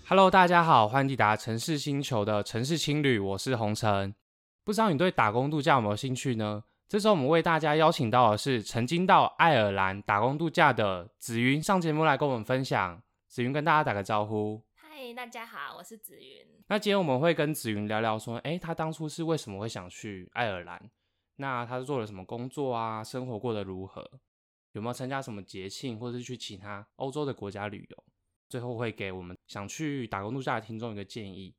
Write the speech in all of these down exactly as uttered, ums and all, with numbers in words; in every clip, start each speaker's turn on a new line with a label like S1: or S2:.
S1: Hello， 大家好，欢迎抵达城市星球的城市青旅，我是洪晨。不知道你对打工度假有没有兴趣呢？这周我们为大家邀请到的是曾经到爱尔兰打工度假的子云上节目来跟我们分享。子云跟大家打个招呼。
S2: 嗨，大家好，我是子云。
S1: 那今天我们会跟子云聊聊说，哎，他当初是为什么会想去爱尔兰？那他做了什么工作啊？生活过得如何？有没有参加什么节庆，或是去其他欧洲的国家旅游？最后会给我们想去打工度假的听众一个建议。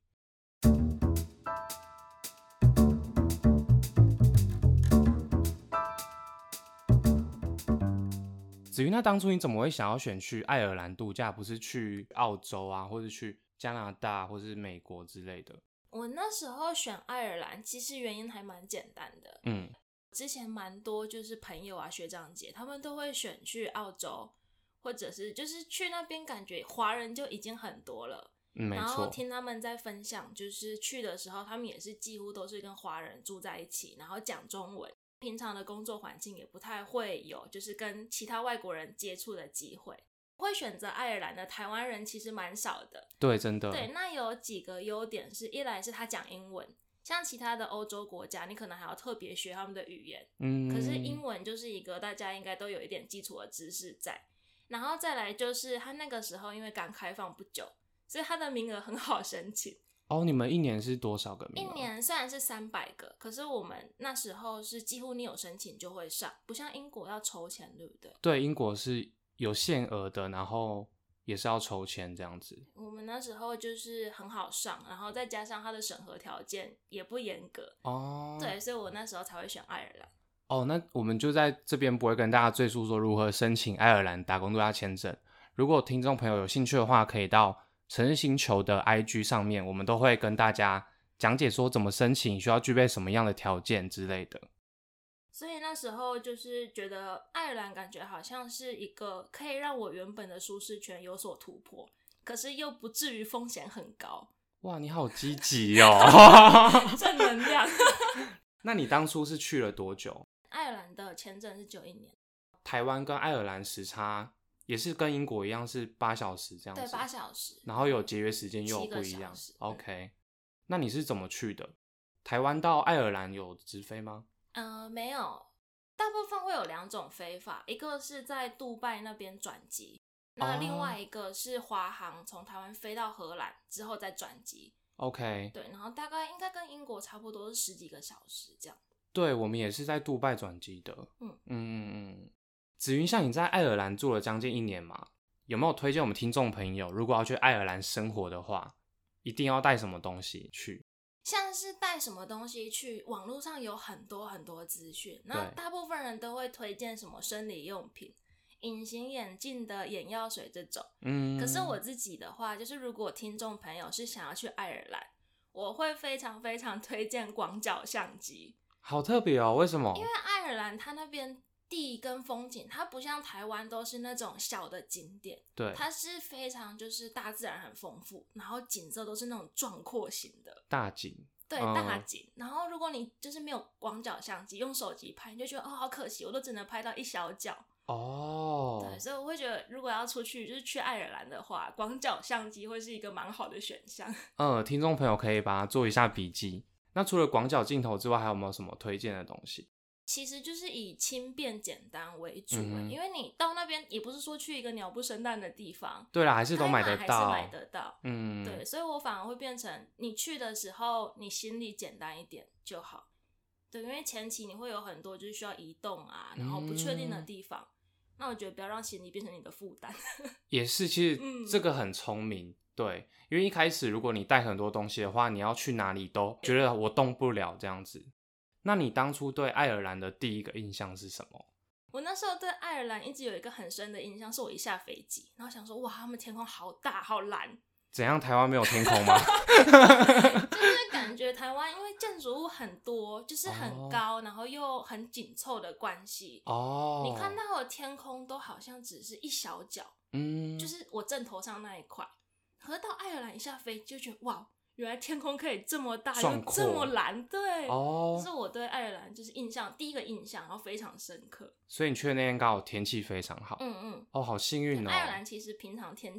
S1: 子云，那当初你怎么会想要选去爱尔兰度假，不是去澳洲啊，或是去加拿大，或是美国之类的？
S2: 我那时候选爱尔兰，其实原因还蛮简单的。
S1: 嗯，
S2: 之前蛮多就是朋友啊、学长姐，他们都会选去澳洲，或者是就是去那边，感觉华人就已经很多了。
S1: 嗯，没错。
S2: 然后听他们在分享，就是去的时候，他们也是几乎都是跟华人住在一起，然后讲中文。平常的工作环境也不太会有，就是跟其他外国人接触的机会。会选择爱尔兰的台湾人其实蛮少的。
S1: 对，真的。
S2: 对，那有几个优点是，一来是他讲英文，像其他的欧洲国家，你可能还要特别学他们的语言。嗯，可是英文就是一个大家应该都有一点基础的知识在。然后再来就是他那个时候因为刚开放不久，所以他的名额很好申请。
S1: 哦，你们一年是多少个名额？
S2: 一年虽然是三百个，可是我们那时候是几乎你有申请就会上，不像英国要抽签，对不对？
S1: 对，英国是有限额的，然后也是要抽签这样子。
S2: 我们那时候就是很好上，然后再加上它的审核条件也不严格。哦，对，所以我那时候才会选爱尔兰。
S1: 哦，那我们就在这边不会跟大家赘述说如何申请爱尔兰打工度假签证。如果听众朋友有兴趣的话，可以到城市星球的 I G 上面，我们都会跟大家讲解说怎么申请，需要具备什么样的条件之类的。
S2: 所以那时候就是觉得爱尔兰感觉好像是一个可以让我原本的舒适圈有所突破，可是又不至于风险很高。
S1: 哇，你好积极哦。
S2: 正能量。
S1: 那你当初是去了多久？
S2: 爱尔兰的签证是就一年。
S1: 台湾跟爱尔兰时差也是跟英国一样是八小时这样子？
S2: 对，八小时。
S1: 然后有节约时间又不一样。OK，嗯，那你是怎么去的？台湾到爱尔兰有直飞吗？
S2: 呃，没有，大部分会有两种飞法，一个是在杜拜那边转机，那另外一个是华航从台湾飞到荷兰之后再转机。
S1: OK，
S2: 对，然后大概应该跟英国差不多是十几个小时这样。
S1: 对，我们也是在杜拜转机的。嗯嗯嗯嗯。子云，像你在爱尔兰住了将近一年嘛，有没有推荐我们听众朋友，如果要去爱尔兰生活的话，一定要带什么东西去？
S2: 像是带什么东西去，网络上有很多很多资讯，那大部分人都会推荐什么生理用品、隐形眼镜的眼药水这种。嗯，可是我自己的话，就是如果听众朋友是想要去爱尔兰，我会非常非常推荐广角相机。
S1: 好特别哦，为什么？
S2: 因为爱尔兰它那边地跟风景，它不像台湾都是那种小的景点，对，它是非常就是大自然很丰富，然后景色都是那种壮阔型的
S1: 大景，
S2: 对，大景。嗯，然后如果你就是没有广角相机，用手机拍，你就觉得哦好可惜，我都只能拍到一小角。哦，对，所以我会觉得如果要出去就是去爱尔兰的话，广角相机会是一个蛮好的选项。
S1: 嗯，听众朋友可以把它做一下笔记。那除了广角镜头之外，还有没有什么推荐的东西？
S2: 其实就是以轻便简单为主。嗯，因为你到那边也不是说去一个鸟不生蛋的地方，
S1: 对啦，还是都买得到，
S2: 还是买得到。嗯，对，所以我反而会变成你去的时候，你行李简单一点就好。对，因为前期你会有很多就是需要移动啊，然后不确定的地方，嗯，那我觉得不要让行李变成你的负担。
S1: 也是，其实这个很聪明。嗯，对，因为一开始如果你带很多东西的话，你要去哪里都觉得我动不了这样子。那你当初对爱尔兰的第一个印象是什么？
S2: 我那时候对爱尔兰一直有一个很深的印象，是我一下飞机，然后想说哇，他们天空好大好蓝。
S1: 怎样，台湾没有天空吗？
S2: 就是感觉台湾因为建筑物很多，就是很高，哦，然后又很紧凑的关系，哦，你看到的天空都好像只是一小角，嗯，就是我正头上那一块。可是到爱尔兰一下飞就觉得哇，原来天空可以这么大又这么蓝。对，哦，这是我对爱尔兰就是印象第一个印象，然后非常深刻。
S1: 所以你去的那天刚好天气非常好。嗯嗯。哦，好幸运哦。
S2: 爱尔兰其实平常天气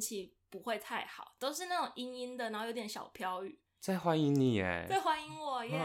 S2: 不会太好，都是那种阴阴的，然后有点小飘雨。
S1: 在欢迎你耶，
S2: 在欢迎我耶。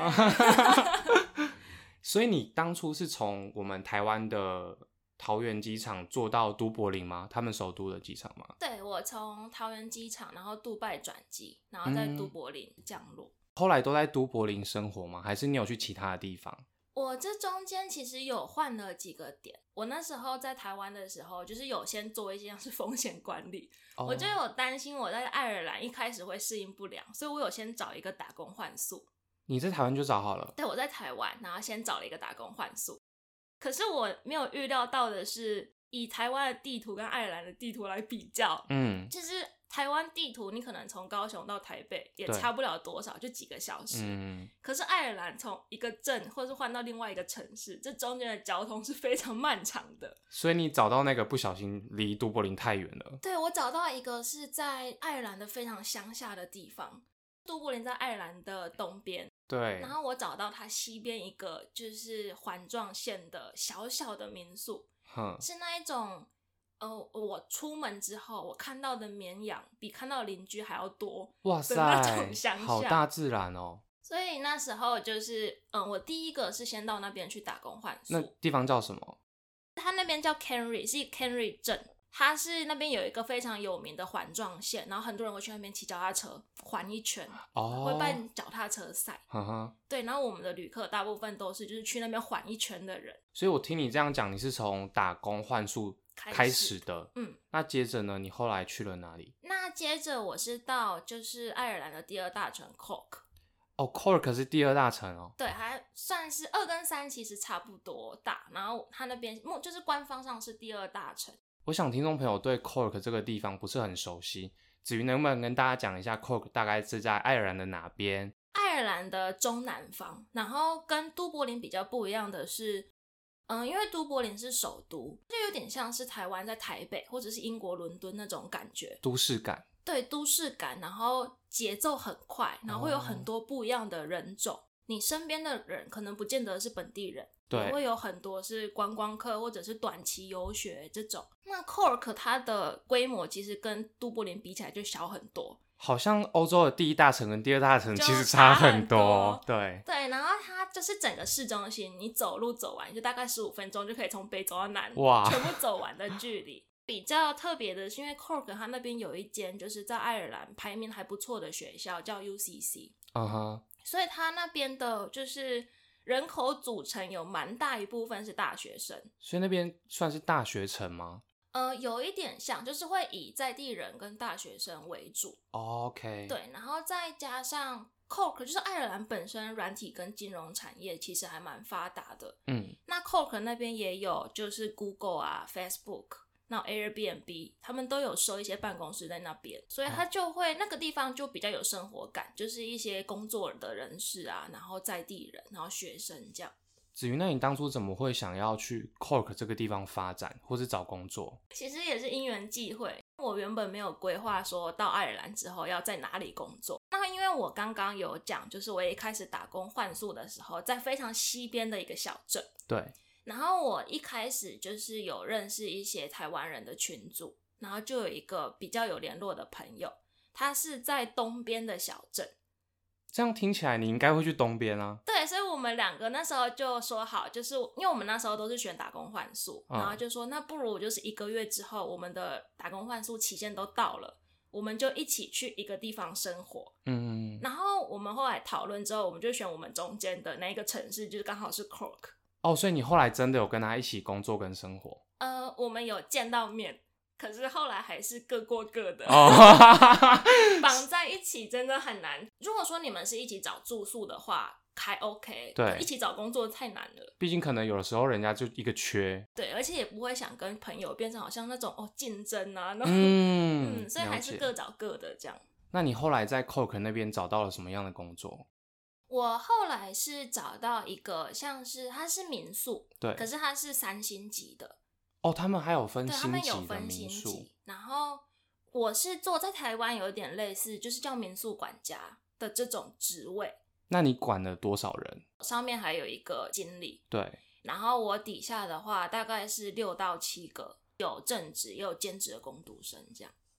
S1: 所以你当初是从我们台湾的桃园机场坐到都柏林吗？他们首都的机场吗？
S2: 对，我从桃园机场，然后杜拜转机，然后在都柏林降落、嗯。
S1: 后来都在都柏林生活吗？还是你有去其他的地方？
S2: 我这中间其实有换了几个点。我那时候在台湾的时候，就是有先做一些像是风险管理，哦、我就有担心我在爱尔兰一开始会适应不良，所以我有先找一个打工换宿。
S1: 你在台湾就找好了？
S2: 对，我在台湾，然后先找了一个打工换宿。可是我没有预料到的是，以台湾的地图跟爱尔兰的地图来比较，嗯，就是台湾地图你可能从高雄到台北也差不了多少，就几个小时。嗯，可是爱尔兰从一个镇或是换到另外一个城市，这中间的交通是非常漫长的。
S1: 所以你找到那个不小心离都柏林太远了。
S2: 对，我找到一个是在爱尔兰的非常乡下的地方，都柏林在爱尔兰的东边。
S1: 对，
S2: 然后我找到它西边一个就是环状线的小小的民宿，是那一种呃，我出门之后我看到的绵羊比看到邻居还要多。
S1: 哇塞，
S2: 那种乡下
S1: 好大自然哦。
S2: 所以那时候就是嗯，我第一个是先到那边去打工换宿。
S1: 那地方叫什么？
S2: 它那边叫 Kenry， 是 Kenry 镇。它是那边有一个非常有名的环状线，然后很多人会去那边骑脚踏车环一圈，哦、会办脚踏车赛。对，然后我们的旅客大部分都是就是去那边环一圈的人。
S1: 所以我听你这样讲，你是从打工换宿开始的。嗯，那接着呢？你后来去了哪里？
S2: 那接着我是到就是爱尔兰的第二大城 Cork。
S1: 哦 Cork 是第二大城哦。
S2: 对，还算是二跟三其实差不多大，然后它那边就是官方上是第二大城。
S1: 我想听众朋友对 Cork 这个地方不是很熟悉，子瑜能不能跟大家讲一下 Cork 大概是在爱尔兰的哪边？
S2: 爱尔兰的中南方，然后跟都柏林比较不一样的是，嗯，因为都柏林是首都，就有点像是台湾在台北或者是英国伦敦那种感觉，
S1: 都市感。
S2: 对，都市感，然后节奏很快，然后会有很多不一样的人种。哦、你身边的人可能不见得是本地人。也会有很多是观光客或者是短期游学这种。那 Cork 它的规模其实跟都柏林比起来就小很多，
S1: 好像欧洲的第一大城跟第二大城其实差很多。对
S2: 对，然后它就是整个市中心，你走路走完就大概十五分钟就可以从北走到南，哇，全部走完的距离。比较特别的是因为 Cork 它那边有一间就是在爱尔兰排名还不错的学校叫 U C C， 嗯哼，所以它那边的就是人口组成有蛮大一部分是大学生。
S1: 所以那边算是大学城吗？
S2: 呃，有一点像，就是会以在地人跟大学生为主。
S1: Oh, OK。
S2: 对，然后再加上 Cork， 就是爱尔兰本身软体跟金融产业其实还蛮发达的。嗯，那 Cork 那边也有，就是 Google 啊、Facebook。那 Airbnb 他们都有收一些办公室在那边，所以他就会、哦、那个地方就比较有生活感，就是一些工作的人士啊，然后在地人，然后学生这样。
S1: 子瑜，那你当初怎么会想要去 Cork 这个地方发展或是找工作？
S2: 其实也是因缘际会，我原本没有规划说到爱尔兰之后要在哪里工作。那因为我刚刚有讲，就是我一开始打工换宿的时候在非常西边的一个小镇。
S1: 对。
S2: 然后我一开始就是有认识一些台湾人的群组，然后就有一个比较有联络的朋友，他是在东边的小镇。
S1: 这样听起来你应该会去东边啊。
S2: 对，所以我们两个那时候就说好，就是因为我们那时候都是选打工换宿、嗯、然后就说那不如就是一个月之后我们的打工换宿期限都到了，我们就一起去一个地方生活。嗯，然后我们后来讨论之后，我们就选我们中间的那一个城市，就是刚好是 Cork。
S1: 哦，所以你后来真的有跟他一起工作跟生活？
S2: 呃，我们有见到面，可是后来还是各过各的。绑在一起真的很难。如果说你们是一起找住宿的话还 OK， 对，一起找工作太难了。
S1: 毕竟可能有的时候人家就一个缺。
S2: 对，而且也不会想跟朋友变成好像那种哦竞争啊那种。嗯, 嗯，所以还是各找各的这样。
S1: 那你后来在 Cork 那边找到了什么样的工作？
S2: 我后来是找到一个像是它是民宿，对，可是它是三星级的。
S1: 哦，他们还有分星级的民宿。对，他们有
S2: 分星级。然后我是做在台湾有点类似，就是叫民宿管家的这种职位。
S1: 那你管了多少人？
S2: 上面还有一个经理。
S1: 对。
S2: 然后我底下的话大概是六到七个，有正职也有兼职的工读生这样。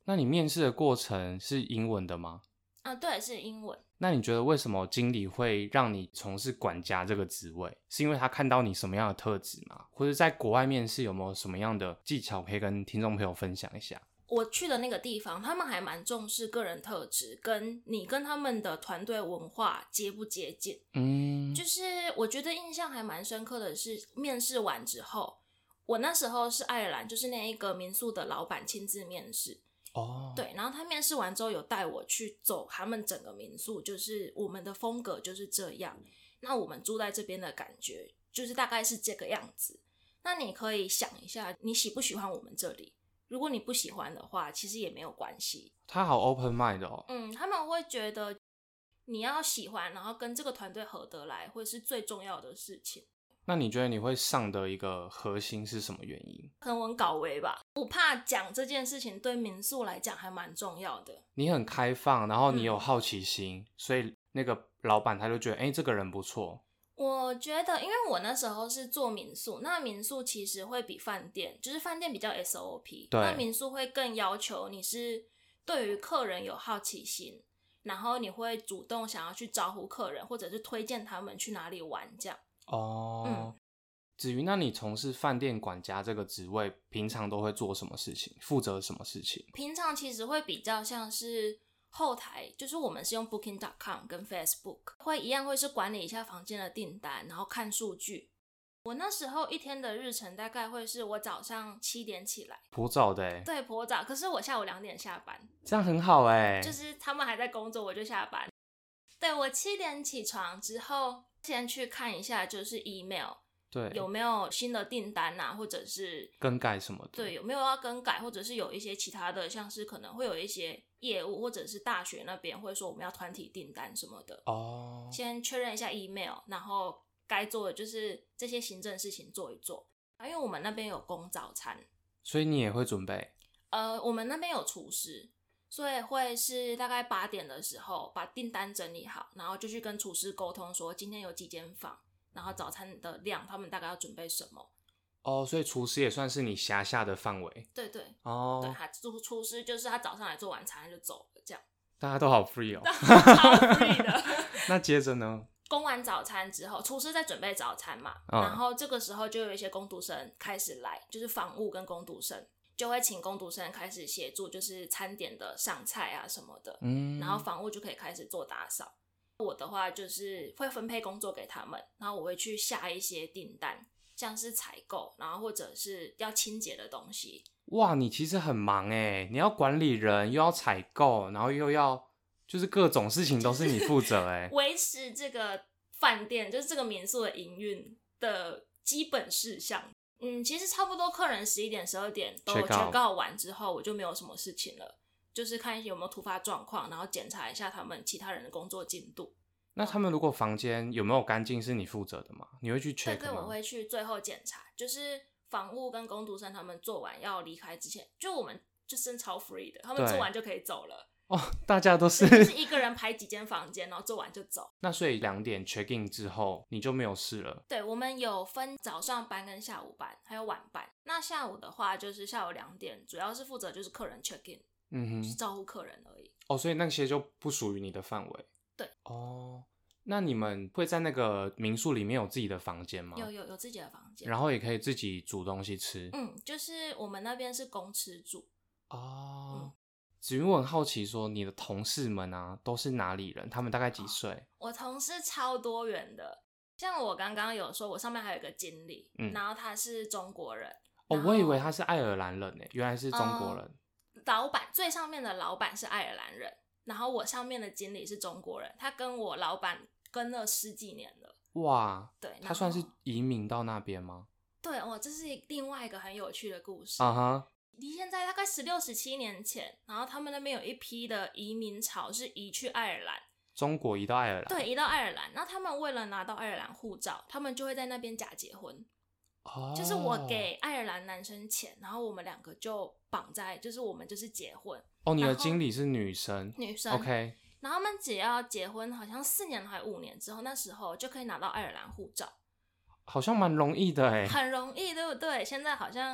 S1: 那你面试的过程是英文的吗？
S2: 啊，对，是英文。
S1: 那你觉得为什么经理会让你从事管家这个职位？是因为他看到你什么样的特质吗？或者在国外面试有没有什么样的技巧可以跟听众朋友分享一下？
S2: 我去的那个地方，他们还蛮重视个人特质，跟你跟他们的团队文化接不接近。嗯，就是我觉得印象还蛮深刻的是，面试完之后，我那时候是爱尔兰，就是那一个民宿的老板亲自面试。哦，对，然后他面试完之后有带我去走他们整个民宿，就是我们的风格就是这样，那我们住在这边的感觉就是大概是这个样子。那你可以想一下，你喜不喜欢我们这里？如果你不喜欢的话，其实也没有关系。
S1: 他好 open mind 哦。
S2: 嗯，他们会觉得你要喜欢，然后跟这个团队合得来，会是最重要的事情。
S1: 那你觉得你会上的一个核心是什么原因？
S2: 可能我很搞维吧，我怕讲这件事情对民宿来讲还蛮重要的。
S1: 你很开放，然后你有好奇心，嗯、所以那个老板他就觉得，哎、欸，这个人不错。
S2: 我觉得，因为我那时候是做民宿，那民宿其实会比饭店，就是饭店比较 S O P， 那民宿会更要求你是对于客人有好奇心，然后你会主动想要去招呼客人，或者是推荐他们去哪里玩这样。哦，
S1: 嗯，子瑜，那你从事饭店管家这个职位，平常都会做什么事情？负责什么事情？
S2: 平常其实会比较像是后台，就是我们是用 booking dot com 跟 Facebook， 会一样会是管理一下房间的订单，然后看数据。我那时候一天的日程大概会是我早上七点起来，
S1: 颇早的耶。
S2: 对，颇早。可是我下午两点下班，
S1: 这样很好耶，
S2: 就是他们还在工作，我就下班。对，我七点起床之后，先去看一下就是 email， 对，有没有新的订单啊，或者是
S1: 更改什么的。
S2: 对，有没有要更改，或者是有一些其他的，像是可能会有一些业务，或者是大学那边会说我们要团体订单什么的。哦，先确认一下 email， 然后该做的就是这些行政事情做一做。因为我们那边有供早餐，
S1: 所以你也会准备？
S2: 呃，我们那边有厨师。所以会是大概八点的时候把订单整理好，然后就去跟厨师沟通说今天有几间房，然后早餐的量他们大概要准备什么。
S1: 哦，所以厨师也算是你辖下的范围。
S2: 对对哦，对，他厨厨师就是他早上来做晚餐就走了这样。
S1: 大家都好 free 哦，
S2: 超 free 的。
S1: 那接着呢？
S2: 供完早餐之后，厨师在准备早餐嘛，嗯、然后这个时候就有一些工读生开始来，就是房务跟工读生。就会请工读生开始协助，就是餐点的上菜啊什么的，嗯，然后房务就可以开始做打扫。我的话就是会分配工作给他们，然后我会去下一些订单，像是采购，然后或者是要清洁的东西。
S1: 哇，你其实很忙耶，你要管理人，又要采购，然后又要就是各种事情都是你负责耶，
S2: 维持这个饭店就是这个民宿的营运的基本事项。嗯，其实差不多客人十一点、十二点都 check out 完之后，我就没有什么事情了，就是看有没有突发状况，然后检查一下他们其他人的工作进度。
S1: 那他们如果房间有没有干净是你负责的吗？你会去 check 吗？
S2: 对对，我会去最后检查，就是房务跟工读生他们做完要离开之前，就我们就真超 free 的，他们做完就可以走了。
S1: 哦，大家都是
S2: 就是一个人排几间房间，然后做完就走。
S1: 那所以两点 check in 之后，你就没有事了？
S2: 对，我们有分早上班跟下午班，还有晚班。那下午的话，就是下午两点，主要是负责就是客人 check in， 嗯哼，就是照顾客人而已。
S1: 哦，所以那些就不属于你的范围。
S2: 对。
S1: 哦，那你们会在那个民宿里面有自己的房间吗？
S2: 有有有自己的房间，
S1: 然后也可以自己煮东西吃。
S2: 嗯，就是我们那边是公吃住。
S1: 哦。嗯，子瑜，我很好奇说你的同事们啊都是哪里人？他们大概几岁？哦，
S2: 我同事超多元的，像我刚刚有说我上面还有一个经理，嗯，然后他是中国人。
S1: 哦，我以为他是爱尔兰人耶，原来是中国人。
S2: 嗯，老板最上面的老板是爱尔兰人，然后我上面的经理是中国人，他跟我老板跟了十几年了。
S1: 哇，对，他算是移民到那边吗？
S2: 对，哦，这是另外一个很有趣的故事。
S1: 啊哈。
S2: 离现在大概十六、十七年前，然后他们那边有一批的移民潮是移去爱尔兰，
S1: 中国移到爱尔兰，
S2: 对，移到爱尔兰。那他们为了拿到爱尔兰护照，他们就会在那边假结婚。哦，就是我给爱尔兰男生钱，然后我们两个就绑在，就是我们就是结婚。
S1: 哦，你的经理是女生，
S2: 女生
S1: ，OK。
S2: 然后他们只要结婚，好像四年还五年之后，那时候就可以拿到爱尔兰护照，
S1: 好像蛮容易的哎，
S2: 很容易，对不对？现在好像。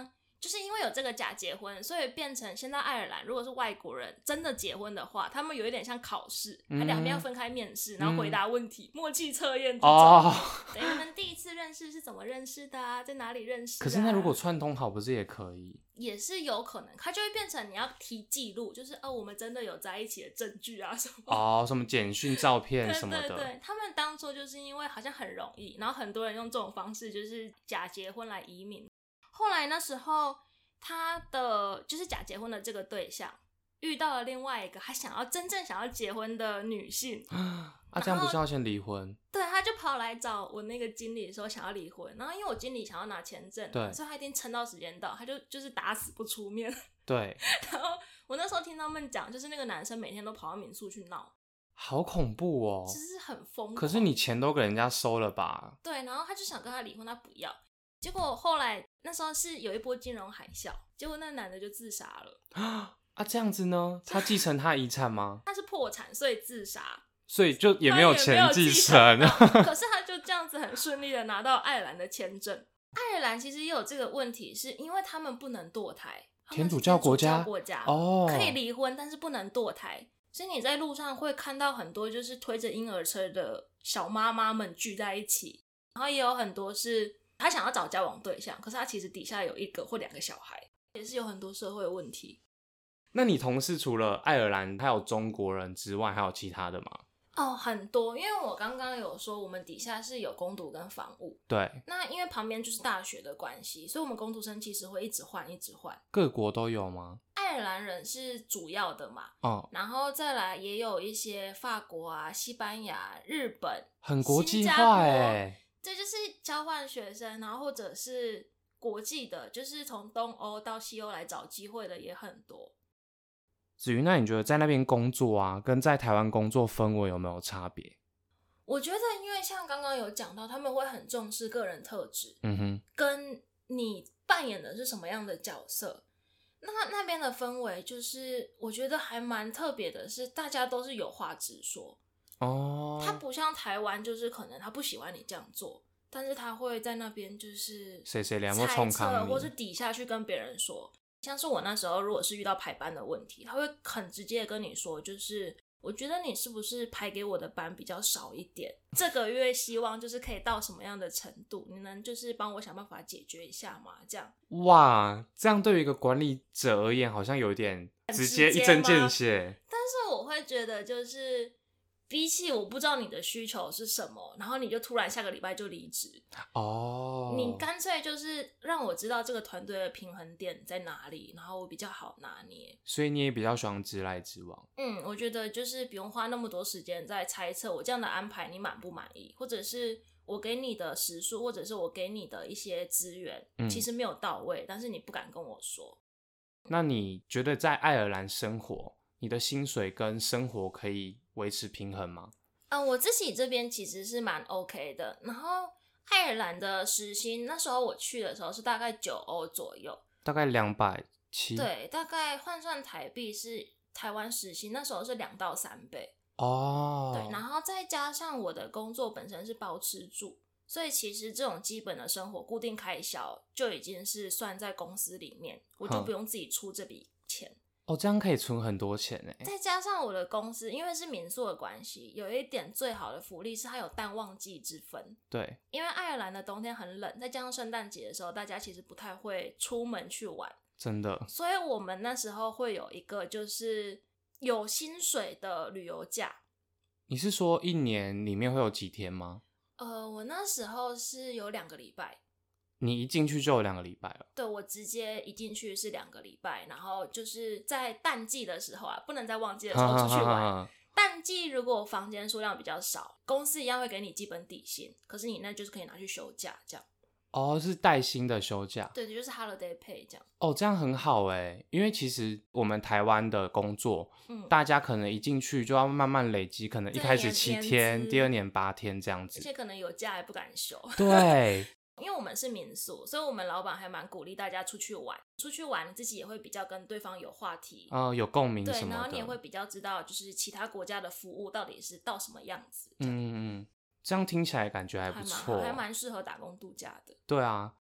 S2: 就是因为有这个假结婚，所以变成现在爱尔兰如果是外国人真的结婚的话，他们有一点像考试，他两边要分开面试，然后回答问题，嗯、默契测验这种。哦，对，你们第一次认识是怎么认识的啊？在哪里认识、啊？
S1: 可是那如果串通好，不是也可以？
S2: 也是有可能，它就会变成你要提记录，就是哦，我们真的有在一起的证据啊什么。
S1: 哦，什么简讯、照片什么的。
S2: 对对对，他们当初就是因为好像很容易，然后很多人用这种方式就是假结婚来移民。后来那时候他的就是假结婚的这个对象遇到了另外一个他想要真正想要结婚的女性
S1: 啊，这样不是要先离婚？
S2: 对，他就跑来找我那个经理说想要离婚，然后因为我经理想要拿签证，对，所以他一定撑到时间到，他就就是打死不出面。
S1: 对，
S2: 然后我那时候听他们讲，就是那个男生每天都跑到民宿去闹，
S1: 好恐怖哦，
S2: 其实很疯狂。
S1: 可是你钱都给人家收了吧？
S2: 对，然后他就想跟他离婚，他不要。结果后来那时候是有一波金融海啸，结果那个男的就自杀了。
S1: 啊，这样子呢？他继承他遗产吗？
S2: 他是破产，所以自杀，
S1: 所以就也没有钱继承。
S2: 可是他就这样子很顺利的拿到爱尔兰的签证。爱尔兰其实也有这个问题，是因为他们不能堕胎，
S1: 天主教国家，
S2: 国家
S1: 哦，
S2: 可以离婚，但是不能堕胎。所以你在路上会看到很多就是推着婴儿车的小妈妈们聚在一起，然后也有很多是他想要找交往对象，可是他其实底下有一个或两个小孩，也是有很多社会问题。
S1: 那你同事除了爱尔兰还有中国人之外，还有其他的吗？
S2: 哦，很多，因为我刚刚有说我们底下是有工读跟房务，
S1: 对，
S2: 那因为旁边就是大学的关系，所以我们工读生其实会一直换一直换。
S1: 各国都有吗？
S2: 爱尔兰人是主要的嘛，
S1: 哦，
S2: 然后再来也有一些法国啊、西班牙、日本，
S1: 很国际化哎。
S2: 这就是交换学生，然后或者是国际的，就是从东欧到西欧来找机会的也很多。
S1: 子瑜，那你觉得在那边工作啊，跟在台湾工作氛围有没有差别？
S2: 我觉得，因为像刚刚有讲到，他们会很重视个人特质，
S1: 嗯哼，
S2: 跟你扮演的是什么样的角色。那那边的氛围就是，我觉得还蛮特别的是，大家都是有话直说。哦，他不像台湾，就是可能他不喜欢你这样做，但是他会在那边就是
S1: 谁谁两个冲康，
S2: 或是底下去跟别人说。像是我那时候如果是遇到排班的问题，他会很直接的跟你说，就是我觉得你是不是排给我的班比较少一点，这个月希望就是可以到什么样的程度，你能就是帮我想办法解决一下吗？这样。
S1: 哇，这样对于一个管理者而言好像有点直接一针见血。
S2: 但是我会觉得就是比起我不知道你的需求是什么，然后你就突然下个礼拜就离职哦，你干脆就是让我知道这个团队的平衡点在哪里，然后我比较好拿捏。
S1: 所以你也比较喜欢直来直往。
S2: 嗯，我觉得就是不用花那么多时间在猜测我这样的安排你满不满意，或者是我给你的时数，或者是我给你的一些资源、嗯、其实没有到位，但是你不敢跟我说。
S1: 那你觉得在爱尔兰生活，你的薪水跟生活可以维持平衡吗？
S2: 嗯，我自己这边其实是蛮 OK 的。然后爱尔兰的时薪，那时候我去的时候是大概九欧左右，
S1: 大概两百七。
S2: 对，大概换算台币是台湾时薪，那时候是两到三倍
S1: 哦。
S2: 对，然后再加上我的工作本身是包吃住，所以其实这种基本的生活固定开销就已经是算在公司里面，我就不用自己出这笔钱。
S1: 哦，这样可以存很多钱耶。
S2: 再加上我的公司因为是民宿的关系，有一点最好的福利是它有淡旺季之分。
S1: 对，
S2: 因为爱尔兰的冬天很冷，再加上圣诞节的时候大家其实不太会出门去玩，
S1: 真的，
S2: 所以我们那时候会有一个就是有薪水的旅游假。
S1: 你是说一年里面会有几天吗？
S2: 呃，我那时候是有两个礼拜。
S1: 你一进去就有两个礼拜了？
S2: 对，我直接一进去是两个礼拜，然后就是在淡季的时候啊，不能在旺季的时候出去玩。哈哈哈哈，淡季如果房间数量比较少，公司一样会给你基本底薪，可是你那就是可以拿去休假这样。
S1: 哦，是带薪的休假？
S2: 对，就是 holiday pay 这样。
S1: 哦，这样很好耶，因为其实我们台湾的工作，嗯，大家可能一进去就要慢慢累积，可能一开始七天，第二年八天这样子，
S2: 而且可能有假还不敢休。
S1: 对。
S2: 因为我们是民宿，所以我们老板还蛮鼓励大家出去玩。出去玩，你自己也会比较跟对方有话题，
S1: 呃，有共鸣什么的。
S2: 对，然后你也会比较知道，就是其他国家的服务到底是到什么样子。
S1: 嗯嗯，这样听起来感觉还不错，
S2: 还蛮适合打工度假的。
S1: 对啊，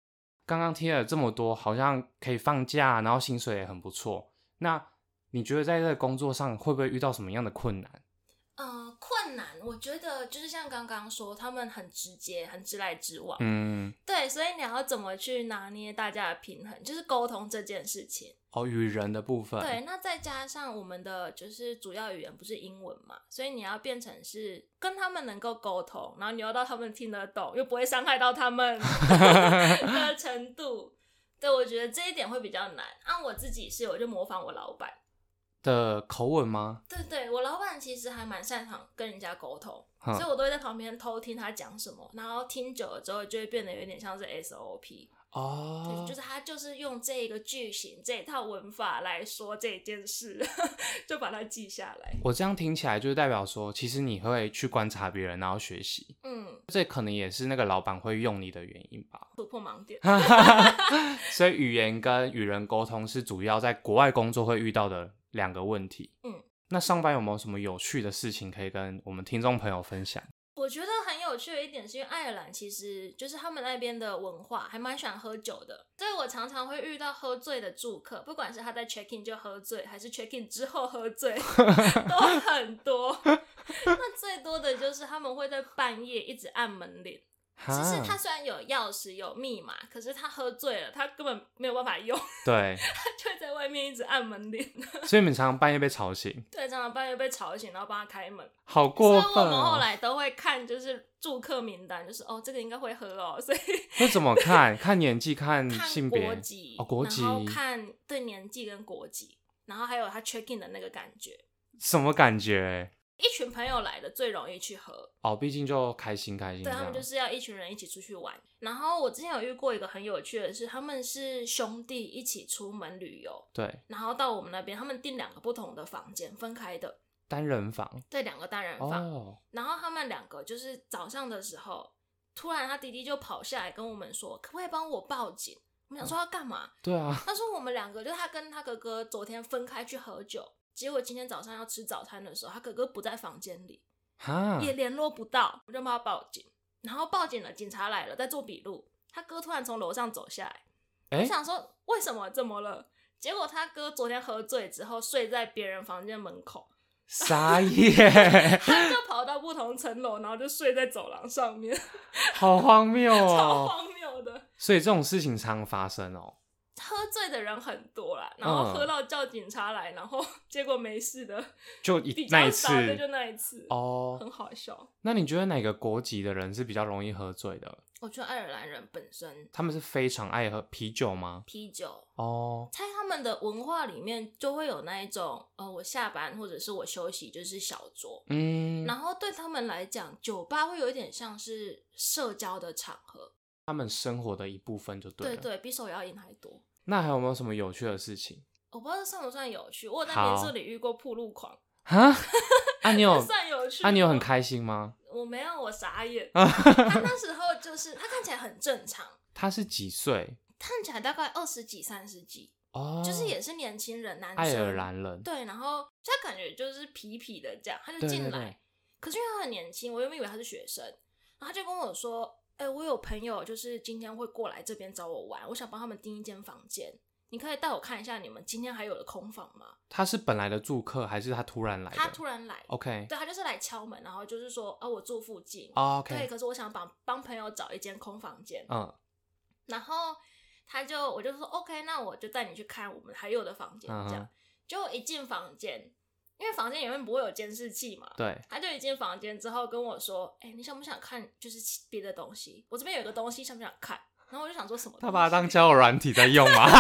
S1: 刚刚听了这么多，好像可以放假，然后薪水也很不错。那你觉得在这个工作上会不会遇到什么样的困难？
S2: 呃，困难，我觉得就是像刚刚说，他们很直接，很直来直往。
S1: 嗯，
S2: 对，所以你要怎么去拿捏大家的平衡，就是沟通这件事情。
S1: 哦，与人的部分。
S2: 对，那再加上我们的就是主要语言不是英文嘛，所以你要变成是跟他们能够沟通，然后你要到他们听得懂，又不会伤害到他们的程度。对，我觉得这一点会比较难。按、啊、我自己是，我就模仿我老板
S1: 的口吻吗？
S2: 对对，我老板其实还蛮擅长跟人家沟通，所以我都会在旁边偷听他讲什么，然后听久了之后就会变得有点像是 S O P 哦，对，就是他就是用这个句型这一套文法来说这件事，就把它记下来。
S1: 我这样听起来就是代表说，其实你会去观察别人，然后学习。嗯，这可能也是那个老板会用你的原因吧。
S2: 突破盲点。
S1: 所以语言跟与人沟通是主要在国外工作会遇到的两个问题。嗯，那上班有没有什么有趣的事情可以跟我们听众朋友分享？
S2: 我觉得很有趣的一点是因为爱尔兰其实就是他们那边的文化还蛮喜欢喝酒的，所以我常常会遇到喝醉的住客，不管是他在 check in 就喝醉，还是 check in 之后喝醉都很多。那最多的就是他们会在半夜一直按门铃，其实他虽然有钥匙有密码，可是他喝醉了，他根本没有办法用，
S1: 对，
S2: 他就会在外面一直按门铃。
S1: 所以你们常常半夜被吵醒？
S2: 对，常常半夜被吵醒，然后帮他开门。
S1: 好过分哦！
S2: 所以我们后来都会看，就是住客名单，就是哦，这个应该会喝哦，所以
S1: 会怎么看？看年纪，看性别，
S2: 看国籍，
S1: 哦，国籍，
S2: 然后看对年纪跟国籍，然后还有他 check in 的那个感觉。
S1: 什么感觉？
S2: 一群朋友来的最容易去喝
S1: 哦，毕竟就开心开心。
S2: 对，他们就是要一群人一起出去玩。然后我之前有遇过一个很有趣的是，他们是兄弟一起出门旅游，
S1: 对，
S2: 然后到我们那边，他们订两个不同的房间，分开的
S1: 单人房，
S2: 对，两个单人房。
S1: 哦，
S2: 然后他们两个就是早上的时候，突然他弟弟就跑下来跟我们说，可不可以帮我报警？我们想说要干嘛？
S1: 对啊，
S2: 他说我们两个就是他跟他哥哥昨天分开去喝酒。结果今天早上要吃早餐的时候，他哥哥不在房间里，也联络不到，我就帮他报警。然后报警了，警察来了，在做笔录。他哥突然从楼上走下来，我想说为什么怎么了？结果他哥昨天喝醉之后睡在别人房间门口，
S1: 傻眼。
S2: 他就跑到不同层楼，然后就睡在走廊上面，
S1: 好荒谬哦，
S2: 超荒谬的。
S1: 所以这种事情常发生哦。
S2: 喝醉的人很多啦，然后喝到叫警察来，嗯、然后结果没事的
S1: 就一那一次，
S2: 对，就那一次
S1: 哦，
S2: 很好笑。
S1: 那你觉得哪个国籍的人是比较容易喝醉的？
S2: 我觉得爱尔兰人本身，
S1: 他们是非常爱喝啤酒吗？
S2: 啤酒
S1: 哦，
S2: 在他们的文化里面就会有那一种，呃，我下班或者是我休息就是小酌，嗯，然后对他们来讲，酒吧会有一点像是社交的场合。
S1: 他们生活的一部分就对了，
S2: 对对，比手摇饮还多。
S1: 那还有没有什么有趣的事情？
S2: 我不知道这算不算有趣。我有在民宿里遇过暴露狂。
S1: 哈？啊，你有
S2: 算有趣？
S1: 啊，你有很开心吗？
S2: 我没有，我傻眼。他那时候就是他看起来很正常。
S1: 他是几岁？
S2: 看起来大概二十几、三十几。哦，就是也是年轻人，男生，
S1: 爱尔兰人。
S2: 对，然后他感觉就是痞痞的这样，他就进来。对对对，可是因为他很年轻，我原本以为他是学生，然后他就跟我说。哎、欸，我有朋友就是今天会过来这边找我玩，我想帮他们订一间房间，你可以带我看一下你们今天还有的空房吗？他
S1: 是本来的住客还是他突然来的？
S2: 他突然来
S1: ，OK，
S2: 对，他就是来敲门，然后就是说啊，我住附近、
S1: oh, OK，
S2: 对，可是我想帮帮朋友找一间空房间，嗯，然后他就我就说 OK， 那我就带你去看我们还有的房间，这样，嗯、就一进房间。因为房间里面不会有监视器嘛，
S1: 对，
S2: 他就一进房间之后跟我说：“哎、欸，你想不想看就是别的东西？我这边有一个东西，想不想看？”然后我就想说什么？
S1: 他把它当交友软体在用吗？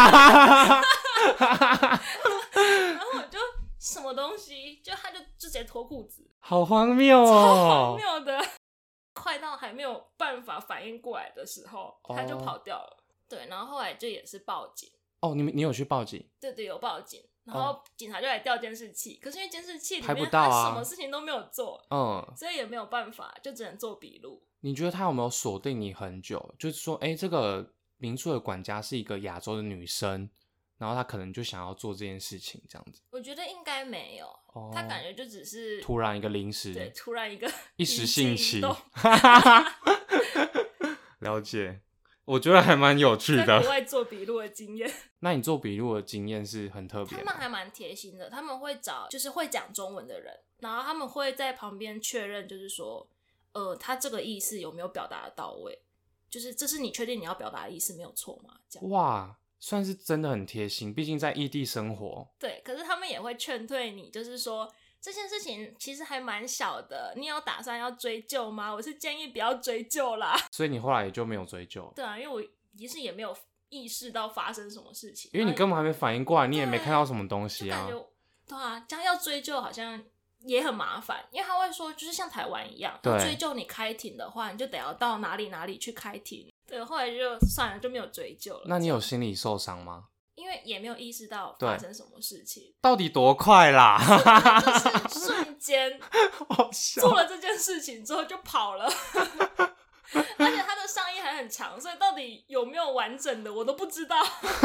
S2: 然后我就什么东西？就他就直接脱裤子，
S1: 好荒谬哦，
S2: 超荒谬的！快到还没有办法反应过来的时候，他就跑掉了。Oh. 对，然后后来就也是报警。
S1: 哦，你你有去报警？
S2: 对对，有报警。然后警察就来调监视器，可是因为监视器里面
S1: 他
S2: 什么事情都没有做，嗯，所以也没有办法，就只能做笔录。
S1: 你觉得他有没有锁定你很久？就是说，哎，这个民宿的管家是一个亚洲的女生，然后他可能就想要做这件事情，这样子。
S2: 我觉得应该没有，哦、他感觉就只是
S1: 突然一个临时，
S2: 对，突然一个
S1: 一时兴起。了解。 我觉得还蛮有趣的，
S2: 在国外做笔录的经验。
S1: 那你做笔录的经验是很特别吗？
S2: 他们还蛮贴心的，他们会找就是会讲中文的人，然后他们会在旁边确认，就是说，呃，他这个意思有没有表达的到位，就是这是你确定你要表达的意思没有错吗？这样
S1: 哇，算是真的很贴心，毕竟在异地生活。
S2: 对，可是他们也会劝退你，就是说这件事情其实还蛮小的，你有打算要追究吗？我是建议不要追究啦。
S1: 所以你后来也就没有追究。
S2: 对啊，因为我其实也没有意识到发生什么事情，
S1: 因为你根本还没反应过来，你也没看到什么东西啊。
S2: 就感觉对啊，这样要追究好像也很麻烦，因为他会说，就是像台湾一样，要追究你开庭的话，你就得要到哪里哪里去开庭。对，后来就算了，就没有追究了。
S1: 那你有心理受伤吗？
S2: 因为也没有意识到发生什么事情，
S1: 到底多快啦？
S2: 就是瞬间
S1: 好笑，
S2: 做了这件事情之后就跑了。而且他的上衣还很长，所以到底有没有完整的我都不知道。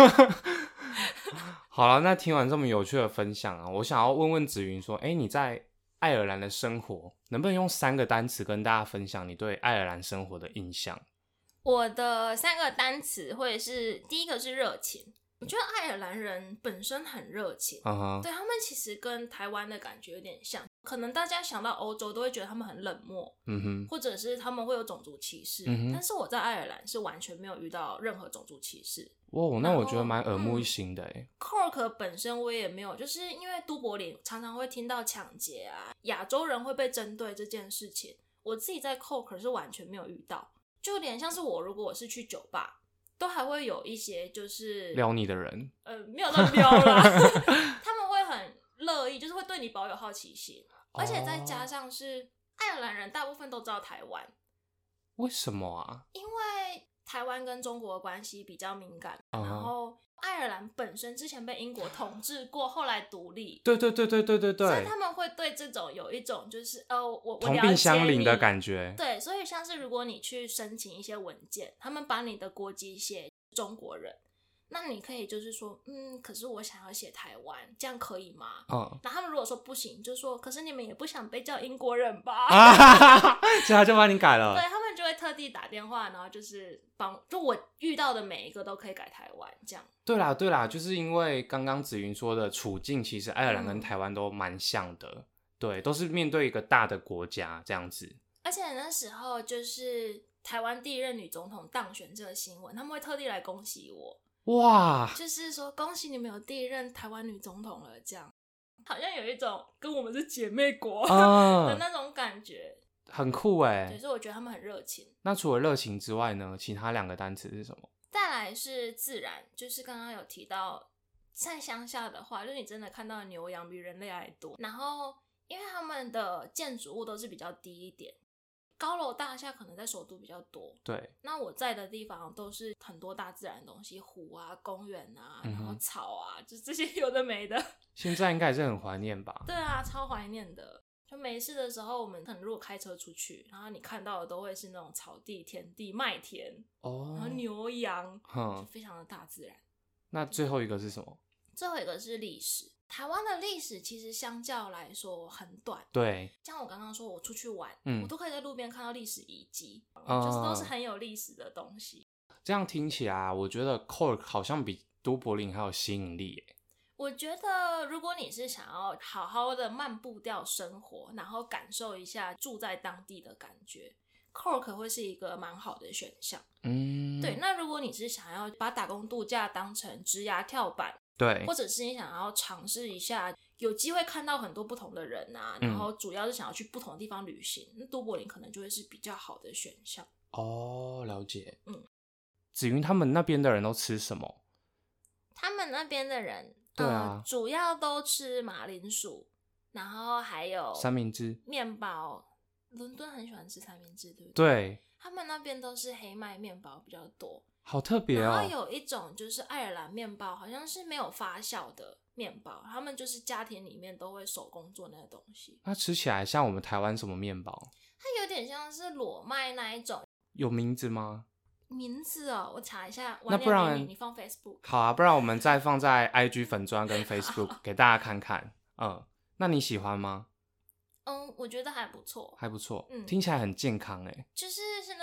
S1: 好了，那听完这么有趣的分享啊，我想要问问子云说，哎、欸，你在爱尔兰的生活，能不能用三个单词跟大家分享你对爱尔兰生活的印象？
S2: 我的三个单词会是第一个是热情。我觉得爱尔兰人本身很热情， uh-huh. 对，他们其实跟台湾的感觉有点像，可能大家想到欧洲都会觉得他们很冷漠，嗯哼，或者是他们会有种族歧视，嗯，但是我在爱尔兰是完全没有遇到任何种族歧视。
S1: 哇，那我觉得蛮耳目一新的耶。
S2: Cork 本身我也没有，就是因为都柏林常常会听到抢劫啊，亚洲人会被针对这件事情，我自己在 Cork 是完全没有遇到，就有点像是我如果我是去酒吧都还会有一些就是
S1: 撩你的人，
S2: 呃，没有到撩啦，他们会很乐意，就是会对你保有好奇心，而且再加上是爱尔兰人大部分都知道台湾。
S1: 为什么啊？
S2: 因为台湾跟中国的关系比较敏感， uh-huh. 然后爱尔兰本身之前被英国统治过，后来独立，
S1: 对对对对对对对，
S2: 所以他们会对这种有一种就是呃，我我
S1: 同病相怜的感觉。
S2: 对，所以像是如果你去申请一些文件，他们把你的国籍写中国人，那你可以就是说，嗯，可是我想要写台湾，这样可以吗？嗯，那他们如果说不行，就说，可是你们也不想被叫英国人吧？
S1: 啊，所以他就帮你改了。
S2: 对，他们就会特地打电话，然后就是帮，就我遇到的每一个都可以改台湾，这样。
S1: 对啦，对啦，就是因为刚刚子云说的处境，其实爱尔兰跟台湾都蛮像的，嗯，对，都是面对一个大的国家这样子。
S2: 而且那时候就是台湾第一任女总统当选这个新闻，他们会特地来恭喜我。哇，就是说恭喜你们有第一任台湾女总统了，这样好像有一种跟我们是姐妹国的那种感觉，
S1: 嗯，很酷耶。
S2: 对，所以我觉得他们很热情。
S1: 那除了热情之外呢，其他两个单词是什么？
S2: 再来是自然，就是刚刚有提到在乡下的话，就是你真的看到牛羊比人类还多，然后因为他们的建筑物都是比较低一点，高楼大厦可能在首都比较多，
S1: 对。
S2: 那我在的地方都是很多大自然的东西，湖啊、公园啊，然后草啊，嗯，就这些有的没的。现
S1: 在应该也是很怀念吧？
S2: 对啊，超怀念的。就没事的时候，我们可能如果开车出去，然后你看到的都会是那种草地、田地、麦田，哦，然后牛羊，就非常的大自然。
S1: 那最后一个是什么？
S2: 最后一个是历史。台湾的历史其实相较来说很短，
S1: 对，
S2: 像我刚刚说我出去玩，嗯，我都可以在路边看到历史遗迹，嗯，就是都是很有历史的东西。
S1: 这样听起来，我觉得 Cork 好像比都柏林还有吸引力耶。
S2: 我觉得如果你是想要好好的漫步掉生活，然后感受一下住在当地的感觉， Cork 会是一个蛮好的选项。嗯，对。那如果你是想要把打工度假当成职涯跳板，对，或者是你想要尝试一下有机会看到很多不同的人啊，然后主要是想要去不同的地方旅行，那都柏林可能就会是比较好的选项。
S1: 哦，了解。嗯，子云他们那边的人都吃什么？
S2: 他们那边的人
S1: 对啊，
S2: 呃、主要都吃马铃薯，然后还有
S1: 三明治、
S2: 面包。伦敦很喜欢吃三明治，对不对？
S1: 对，
S2: 他们那边都是黑麦面包比较多。
S1: 好特别哦。
S2: 然后有一种就是爱尔兰面包，好像是没有发酵的面包，他们就是家庭里面都会手工做那个东西。
S1: 它吃起来像我们台湾什么面包？
S2: 它有点像是裸麦那一种。
S1: 有名字吗？
S2: 名字哦，我查一下。
S1: 那不然
S2: 你, 你放 Facebook
S1: 好啊，不然我们再放在 I G 粉专跟 Facebook 给大家看看。嗯，那你喜欢吗？
S2: 嗯，我觉得还不错，
S1: 还不错。嗯，听起来很健康哎。
S2: 就是是那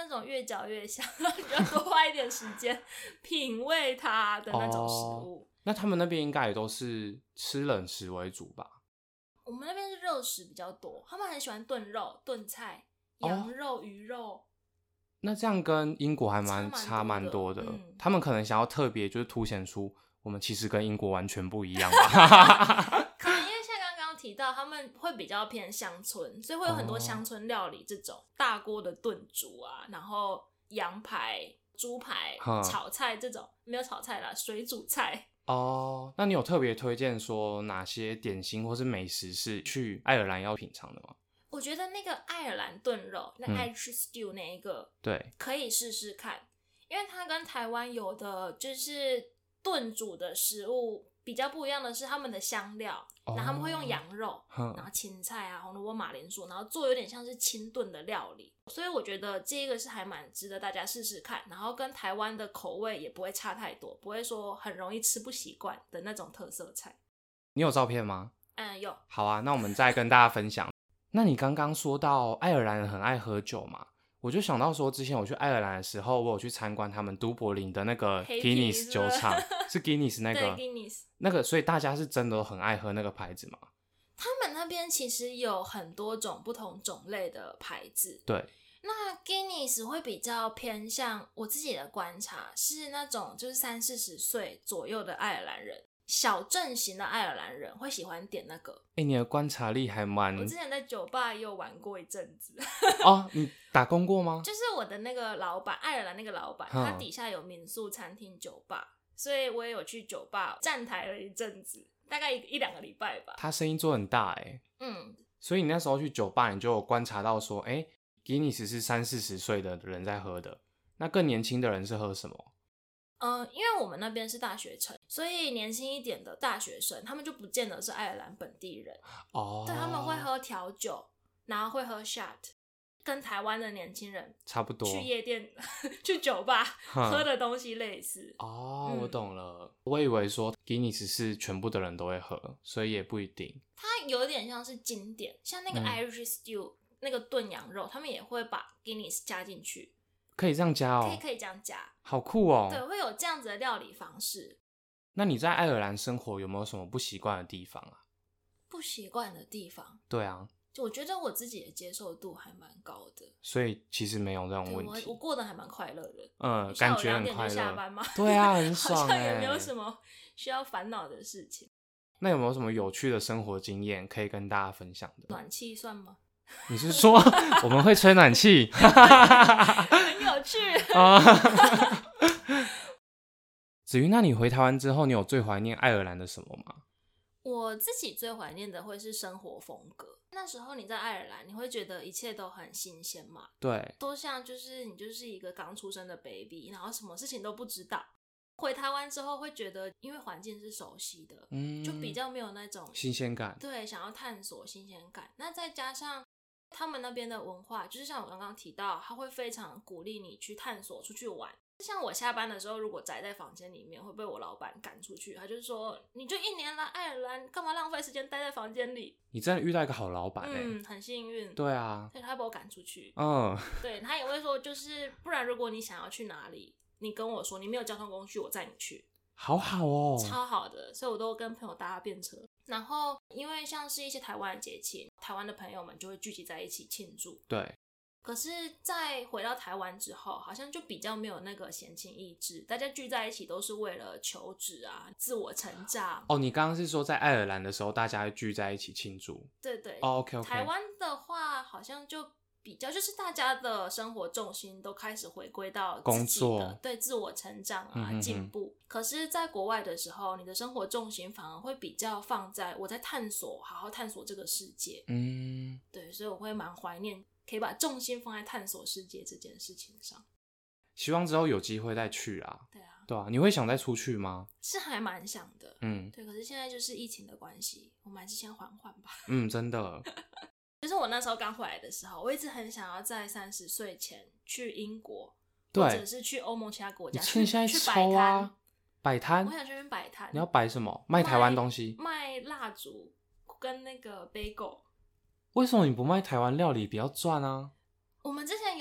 S2: 那种越嚼越香，你就要多花一点时间品味它的那种食物。哦，
S1: 那他们那边应该也都是吃冷食为主吧？
S2: 我们那边是热食比较多，他们很喜欢炖肉、炖菜、羊肉、哦、鱼肉。
S1: 那这样跟英国还蛮差蛮多的，嗯，他们可能想要特别就是凸显出我们其实跟英国完全不一样吧。
S2: 可能因为像刚刚提到他们会比较偏乡村，所以会有很多乡村料理，这种、哦、大锅的炖煮啊，然后羊排、猪排、炒菜这种，没有炒菜啦，水煮菜。
S1: 哦，那你有特别推荐说哪些点心或是美食是去爱尔兰要品尝的吗？
S2: 我觉得那个爱尔兰炖肉，那 Irish stew 那一个，
S1: 对，
S2: 可以试试看，因为它跟台湾有的就是炖煮的食物比较不一样的是他们的香料，哦、然后他们会用羊肉，然后芹菜啊、红萝卜、马铃薯，然后做有点像是清炖的料理，所以我觉得这个是还蛮值得大家试试看，然后跟台湾的口味也不会差太多，不会说很容易吃不习惯的那种特色菜。
S1: 你有照片吗？
S2: 嗯，有。
S1: 好啊，那我们再跟大家分享。那你刚刚说到爱尔兰人很爱喝酒嘛，我就想到说之前我去爱尔兰的时候，我有去参观他们都柏林的那个 Guinness 酒厂，是 Guinness 那个，
S2: 对 Guinness
S1: 那个，所以大家是真的很爱喝那个牌子吗？
S2: 他们那边其实有很多种不同种类的牌子，
S1: 对。
S2: 那 Guinness 会比较偏向我自己的观察，是那种就是三四十岁左右的爱尔兰人。小镇型的爱尔兰人会喜欢点那个。
S1: 哎、欸，你的观察力还蛮……
S2: 我之前在酒吧也有玩过一阵子。
S1: 哦，你打工过吗？
S2: 就是我的那个老板，爱尔兰那个老板，他底下有民宿、餐厅、酒吧，所以我也有去酒吧站台了一阵子，大概一一两个礼拜吧。
S1: 他生意做很大哎、欸。嗯。所以你那时候去酒吧，你就有观察到说，哎、欸、，Guinness 是三四十岁的人在喝的，那更年轻的人是喝什么？
S2: 呃，因为我们那边是大学城，所以年轻一点的大学生，他们就不见得是爱尔兰本地人哦。对，他们会喝调酒，然后会喝 shot， 跟台湾的年轻人
S1: 差不多，
S2: 去夜店、去酒吧喝的东西类似。
S1: 哦、嗯，我懂了。我以为说 Guinness 是全部的人都会喝，所以也不一定。
S2: 它有点像是经典，像那个 Irish stew、嗯、那个炖羊肉，他们也会把 Guinness 加进去。
S1: 可以这样加哦，
S2: 可以可以这样加，
S1: 好酷哦。
S2: 对，会有这样子的料理方式。
S1: 那你在爱尔兰生活有没有什么不习惯的地方啊？
S2: 不习惯的地方？
S1: 对啊，
S2: 就我觉得我自己的接受度还蛮高的，
S1: 所以其实没有这种问题。
S2: 我, 我过得还蛮快乐的，
S1: 嗯，感觉很快乐。
S2: 下班吗？
S1: 对啊，很爽
S2: 欸，好像也没有什么需要烦恼的事情。
S1: 那有没有什么有趣的生活经验可以跟大家分享的？
S2: 暖气算吗？
S1: 你是说我们会吹暖气？
S2: 很有趣啊！
S1: 子瑜，那你回台湾之后，你有最怀念爱尔兰的什么吗？
S2: 我自己最怀念的会是生活风格。那时候你在爱尔兰，你会觉得一切都很新鲜嘛？
S1: 对，
S2: 都像就是你就是一个刚出生的 baby， 然后什么事情都不知道。回台湾之后会觉得，因为环境是熟悉的，嗯，就比较没有那种
S1: 新鲜感。
S2: 对，想要探索新鲜感。那再加上他们那边的文化，就是像我刚刚提到，他会非常鼓励你去探索、出去玩。像我下班的时候，如果宅在房间里面，会被我老板赶出去。他就说：“你就一年来爱尔兰，干嘛浪费时间待在房间里？”
S1: 你真的遇到一个好老板欸。
S2: 嗯，很幸运。
S1: 对啊，
S2: 所以他把我赶出去。
S1: 嗯，
S2: 对，他也会说，就是不然，如果你想要去哪里，你跟我说，你没有交通工具，我载你去。
S1: 好好哦，
S2: 超好的，所以我都跟朋友搭便车。然后因为像是一些台湾的节庆，台湾的朋友们就会聚集在一起庆祝。
S1: 对。
S2: 可是在回到台湾之后，好像就比较没有那个闲情逸致，大家聚在一起都是为了求职啊、自我成长。
S1: 哦，你刚刚是说在爱尔兰的时候大家聚在一起庆祝？
S2: 对对。
S1: 哦 OK OK。
S2: 台湾的话好像就比较就是大家的生活重心都开始回归到自己的工作，对，自我成长啊、进步。可是在国外的时候，你的生活重心反而会比较放在我在探索，好好探索这个世界。嗯，对，所以我会蛮怀念可以把重心放在探索世界这件事情上。
S1: 希望之后有机会再去啊。
S2: 对啊，
S1: 对啊，你会想再出去吗？
S2: 是还蛮想的。嗯，对，可是现在就是疫情的关系，我们还是先缓缓吧。
S1: 嗯，真的。
S2: 就是我那时候刚回来的时候，我一直很想要在三十岁前去英国，
S1: 对，
S2: 或者是去欧盟其他国家。
S1: 你趁现在抽啊，摆摊。
S2: 我想去那边摆摊。
S1: 你要摆什么？卖台湾东西？
S2: 卖蜡烛跟那个 bagel。
S1: 为什么你不卖台湾料理比较赚啊？
S2: 我们之前有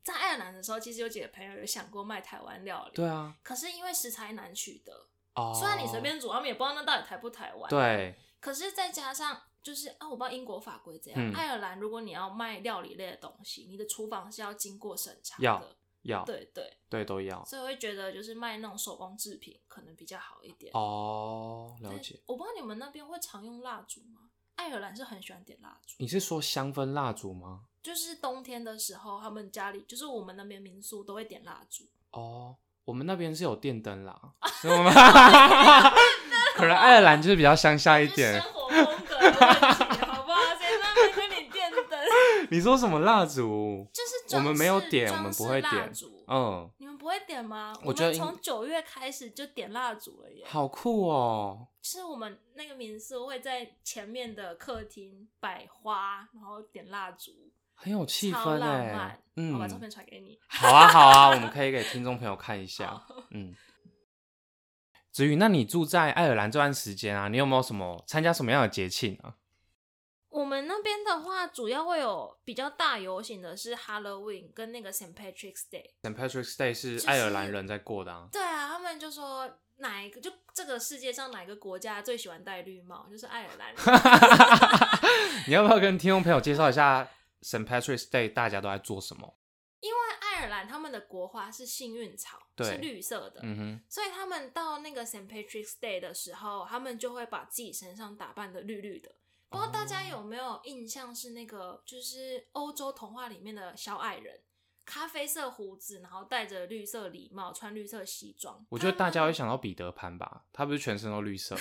S2: 在爱尔兰的时候，其实有几个朋友有想过卖台湾料理，
S1: 对啊，
S2: 可是因为食材难取得，
S1: 哦，
S2: 虽然你随便煮，他们也不知道那到底台不台湾，
S1: 对，
S2: 可是再加上就是啊，我不知道英国法规怎样，嗯、爱尔兰如果你要卖料理类的东西，你的厨房是要经过审查的，
S1: 要要，
S2: 对对
S1: 对都要，
S2: 所以我会觉得就是卖那种手工制品可能比较好一点。
S1: 哦，了解。
S2: 我不知道你们那边会常用蜡烛吗？爱尔兰是很喜欢点蜡烛。
S1: 你是说香氛蜡烛吗？
S2: 就是冬天的时候，他们家里就是我们那边民宿都会点蜡烛。
S1: 哦，我们那边是有电灯啦，所以我们可能爱尔兰就是比较乡下一点，
S2: 生活风格的问题，好不好？谁在那边跟你电灯？
S1: 你说什么蜡烛？
S2: 就是
S1: 我们没有点，我们不会点。
S2: 嗯，你们不会点吗？
S1: 我觉得
S2: 从九月开始就点蜡烛了耶，
S1: 好酷哦！
S2: 就是我们那个民宿会在前面的客厅摆花，然后点蜡烛。
S1: 很有气氛
S2: 哎，
S1: 嗯，
S2: 我把照片传给你。
S1: 好啊，好啊，我们可以给听众朋友看一下。嗯，子瑜，那你住在爱尔兰这段时间啊，你有没有什么参加什么样的节庆啊？
S2: 我们那边的话，主要会有比较大游行的是 Halloween 跟那个 Saint Patrick's Day。Saint
S1: Patrick's Day 是爱尔兰人在过的啊。
S2: 对啊，他们就说哪一个就这个世界上哪一个国家最喜欢戴绿帽，就是爱尔兰人。
S1: 你要不要跟听众朋友介绍一下？Saint Patrick's Day 大家都在做什么？
S2: 因为爱尔兰他们的国花是幸运草，是绿色的，嗯哼，所以他们到那个 Saint Patrick's Day 的时候，他们就会把自己身上打扮的绿绿的。不知道大家有没有印象，是那个就是欧洲童话里面的小矮人，咖啡色胡子，然后戴着绿色礼帽，穿绿色西装。
S1: 我觉得大家会想到彼得潘吧，他不是全身都绿色。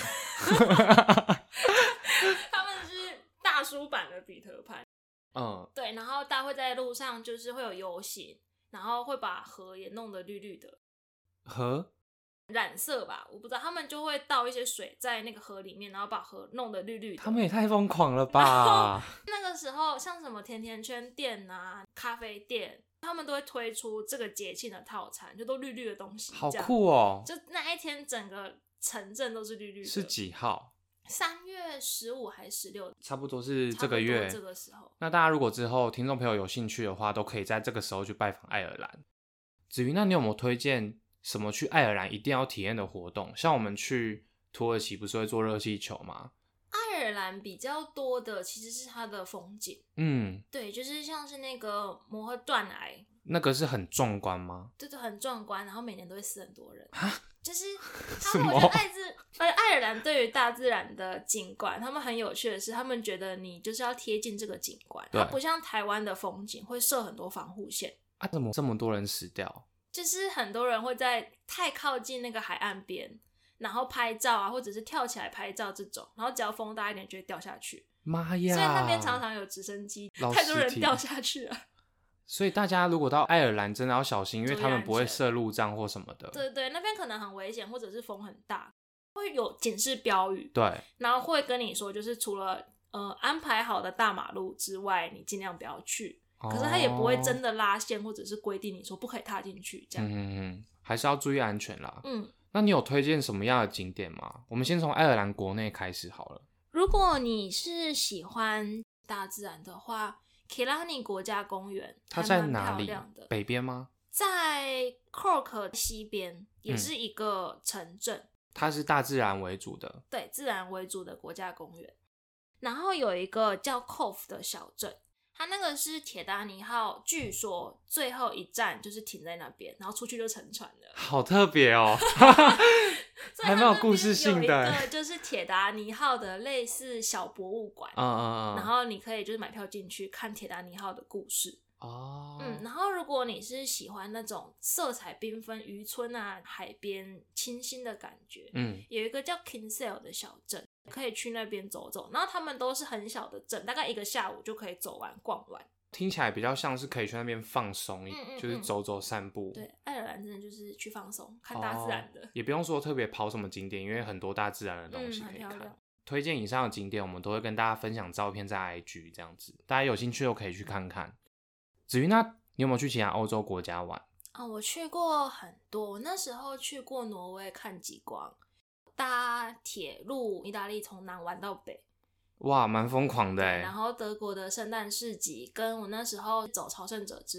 S2: 他们是大叔版的彼得潘。
S1: 嗯，
S2: 对，然后大家会在路上就是会有游行，然后会把河也弄得绿绿的，
S1: 河
S2: 染色吧，我不知道，他们就会倒一些水在那个河里面，然后把河弄得绿绿的。
S1: 他们也太疯狂了吧！
S2: 那个时候，像什么甜甜圈店啊、咖啡店，他们都会推出这个节庆的套餐，就都绿绿的东西，
S1: 好酷哦！
S2: 就那一天整个城镇都是绿绿的。
S1: 是几号？
S2: 三月十五还是十六？
S1: 差不多是这个月
S2: 这个时候。
S1: 那大家如果之后听众朋友有兴趣的话，都可以在这个时候去拜访爱尔兰。子瑜，那你有没有推荐什么去爱尔兰一定要体验的活动？像我们去土耳其不是会坐热气球吗？
S2: 爱尔兰比较多的其实是它的风景，嗯，对，就是像是那个摩诃断崖，
S1: 那个是很壮观吗？
S2: 对对，很壮观，然后每年都会死很多人。就是他们，我觉得爱自，而爱尔兰对于大自然的景观，他们很有趣的是，他们觉得你就是要贴近这个景观，它不像台湾的风景会设很多防护线
S1: 啊，怎么这么多人死掉？
S2: 就是很多人会在太靠近那个海岸边，然后拍照啊，或者是跳起来拍照这种，然后只要风大一点就会掉下去。
S1: 妈呀！
S2: 所以那边常常有直升机，太多人掉下去了。
S1: 所以大家如果到爱尔兰真的要小心，因为他们不会设路障或什么的。
S2: 对对，那边可能很危险，或者是风很大，会有警示标语。
S1: 对，
S2: 然后会跟你说，就是除了呃安排好的大马路之外，你尽量不要去。可是他也不会真的拉线，或者是规定你说不可以踏进去这样。
S1: 嗯嗯，还是要注意安全啦。嗯，那你有推荐什么样的景点吗？我们先从爱尔兰国内开始好了。
S2: 如果你是喜欢大自然的话，Killarney 国家公园
S1: 它在哪里？北边吗？
S2: 在 Cork 西边，也是一个城镇、嗯。
S1: 它是大自然为主的，
S2: 对，自然为主的国家公园。然后有一个叫 Cove 的小镇，它那个是铁达尼号，据说最后一站就是停在那边，然后出去就沉船了。
S1: 好特别哦，还蛮有故事性的。
S2: 有一个就是铁达尼号的类似小博物馆，嗯嗯嗯，然后你可以就是买票进去看铁达尼号的故事。哦，嗯，然后如果你是喜欢那种色彩缤纷、渔村啊、海边清新的感觉，嗯，有一个叫 Kinsale 的小镇，可以去那边走走。然后他们都是很小的镇，大概一个下午就可以走完逛完。
S1: 听起来比较像是可以去那边放松，嗯嗯嗯，就是走走散步。
S2: 对，爱尔兰真的就是去放松，看大自然的，哦，
S1: 也不用说特别跑什么景点，因为很多大自然的东西可以看。嗯，很漂亮。推荐以上的景点，我们都会跟大家分享照片在 I G 这样子，大家有兴趣都可以去看看。子瑜，那你有没有去其他欧洲国家玩？
S2: 哦，我去过很多，我那时候去过挪威看极光，搭铁路意大利从南玩到北。
S1: 哇，蛮疯狂的耶。
S2: 然后德国的圣诞市集，跟我那时候走朝圣者之路，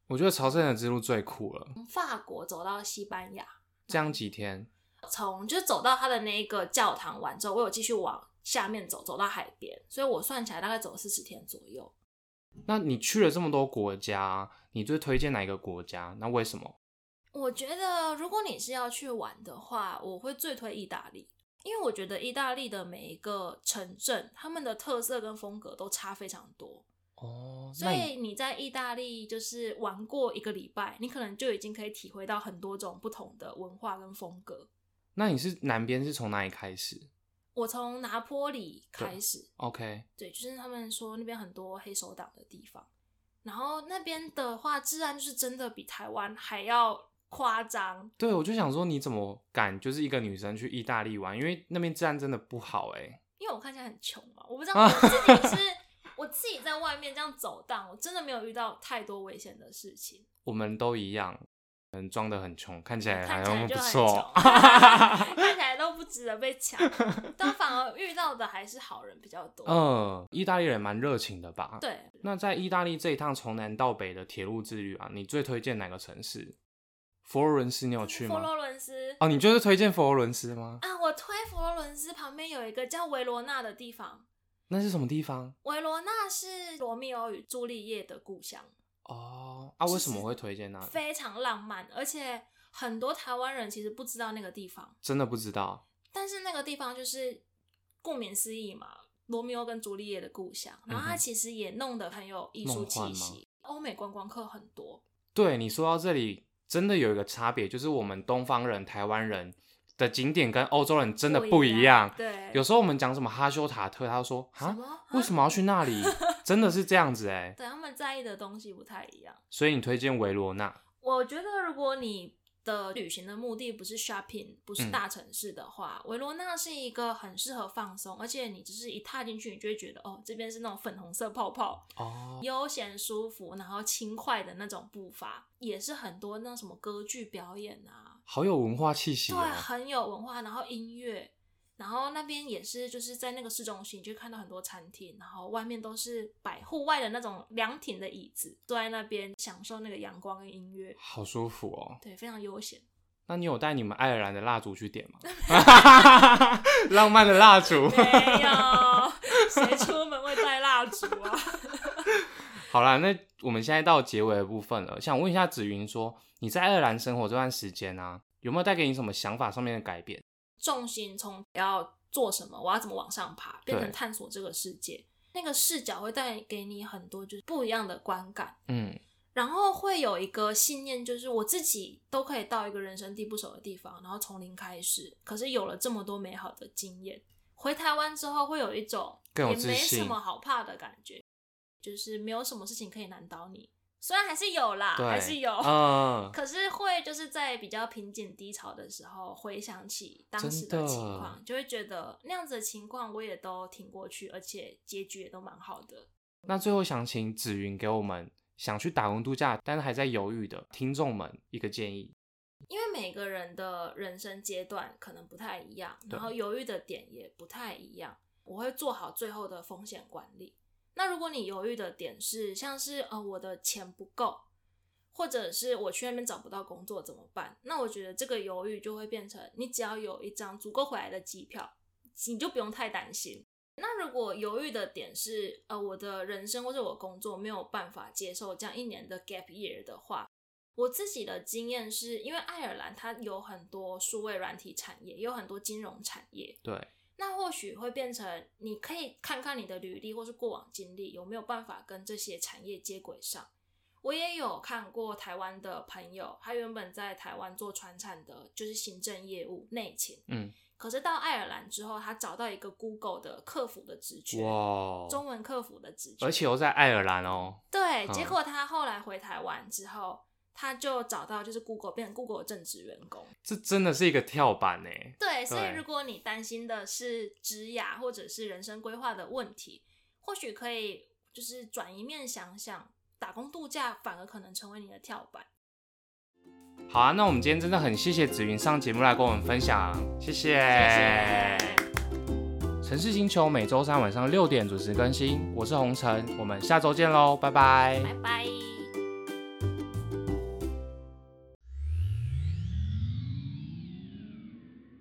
S1: 我觉得朝圣的之路最酷了，
S2: 从法国走到西班牙，
S1: 这样几天？
S2: 从就是走到他的那个教堂完之后，我有继续往下面走，走到海边，所以我算起来大概走了四十天左右。
S1: 那你去了这么多国家，你最推荐哪一个国家？那为什么？
S2: 我觉得如果你是要去玩的话，我会最推意大利，因为我觉得意大利的每一个城镇，他们的特色跟风格都差非常多。哦，所以你在意大利就是玩过一个礼拜，你可能就已经可以体会到很多种不同的文化跟风格。
S1: 那你是南边是从哪里开始？
S2: 我从拿坡里开始。
S1: OK，
S2: 对，就是他们说那边很多黑手党的地方，然后那边的话治安就是真的比台湾还要夸张。
S1: 对，我就想说你怎么敢就是一个女生去意大利玩，因为那边治安真的不好欸。
S2: 因为我看起来很穷嘛，我不知道我自己是我自己在外面这样走荡，我真的没有遇到太多危险的事情。
S1: 我们都一样，人装得很穷，看起来好
S2: 像
S1: 不错，
S2: 看起来都不值得被抢，但反而遇到的还是好人比较多。
S1: 嗯，意大利人蛮热情的吧？
S2: 对。
S1: 那在意大利这一趟从南到北的铁路之旅啊，你最推荐哪个城市？佛罗伦斯你有去吗？
S2: 佛罗伦斯
S1: 哦，你就是推荐佛罗伦斯吗？
S2: 啊，我推佛罗伦斯旁边有一个叫维罗纳的地方。
S1: 那是什么地方？
S2: 维罗纳是罗密欧与朱丽叶的故乡。
S1: 哦，啊，为什么会推荐那里？
S2: 非常浪漫，而且很多台湾人其实不知道那个地方。
S1: 真的不知道。
S2: 但是那个地方就是顾名思义嘛，罗密欧跟朱丽叶的故乡，然后它其实也弄得很有艺术气息，欧美观光客很多。
S1: 对，你说到这里真的有一个差别，就是我们东方人台湾人的景点跟欧洲人真的不一样。
S2: 对，
S1: 有时候我们讲什么哈修塔特，他就说啊，为什么要去那里？真的是这样子哎、欸。
S2: 对，他们在意的东西不太一样。
S1: 所以你推荐维罗纳？
S2: 我觉得如果你的旅行的目的不是 shopping， 不是大城市的话，嗯、维罗纳是一个很适合放松，而且你只是一踏进去，你就会觉得哦，这边是那种粉红色泡泡，哦，悠闲舒服，然后轻快的那种步伐，也是很多那什么歌剧表演啊，
S1: 好有文化气息哦。
S2: 对，很有文化，然后音乐。然后那边也是就是在那个市中心，你就看到很多餐厅，然后外面都是摆户外的那种凉亭的椅子，坐在那边享受那个阳光跟音乐，
S1: 好舒服哦。
S2: 对，非常悠闲。
S1: 那你有带你们爱尔兰的蜡烛去点吗？浪漫的蜡烛？
S2: 没有，谁出门会带蜡烛啊？
S1: 好啦，那我们现在到结尾的部分了，想问一下子云说，你在爱尔兰生活这段时间啊，有没有带给你什么想法上面的改变？
S2: 重心从要做什么，我要怎么往上爬，变成探索这个世界，那个视角会带给你很多就是不一样的观感。嗯，然后会有一个信念，就是我自己都可以到一个人生地不熟的地方，然后从零开始，可是有了这么多美好的经验，回台湾之后会有一种也没什么好怕的感觉，就是没有什么事情可以难倒你。虽然还是有啦，还是有、嗯、可是会就是在比较瓶颈低潮的时候回想起当时的情况，就会觉得那样子的情况我也都挺过去，而且结局也都蛮好的。
S1: 那最后想请子云给我们想去打工度假但是还在犹豫的听众们一个建议。
S2: 因为每个人的人生阶段可能不太一样，然后犹豫的点也不太一样，我会做好最后的风险管理。那如果你犹豫的点是像是呃我的钱不够，或者是我去那边找不到工作怎么办？那我觉得这个犹豫就会变成你只要有一张足够回来的机票，你就不用太担心。那如果犹豫的点是呃我的人生或者我的工作没有办法接受这样一年的 gap year 的话，我自己的经验是因为爱尔兰它有很多数位软体产业，也有很多金融产业，
S1: 对，
S2: 那或许会变成你可以看看你的履历或是过往经历有没有办法跟这些产业接轨上。我也有看过台湾的朋友，他原本在台湾做传产的就是行政业务内勤，嗯，可是到爱尔兰之后他找到一个 Google 的客服的职缺，哇，中文客服的职缺，
S1: 而且又在爱尔兰哦。
S2: 对、嗯、结果他后来回台湾之后他就找到就是 Google 变成 Google 的正职员工，
S1: 这真的是一个跳板耶。
S2: 对，所以如果你担心的是职涯或者是人生规划的问题，或许可以就是转一面想想，打工度假反而可能成为你的跳板。
S1: 好啊，那我们今天真的很谢谢子云上节目来跟我们分享，谢谢。谢谢。城市星球每周三晚上六点准时更新，我是洪晨，我们下周见喽，拜拜，
S2: 拜拜。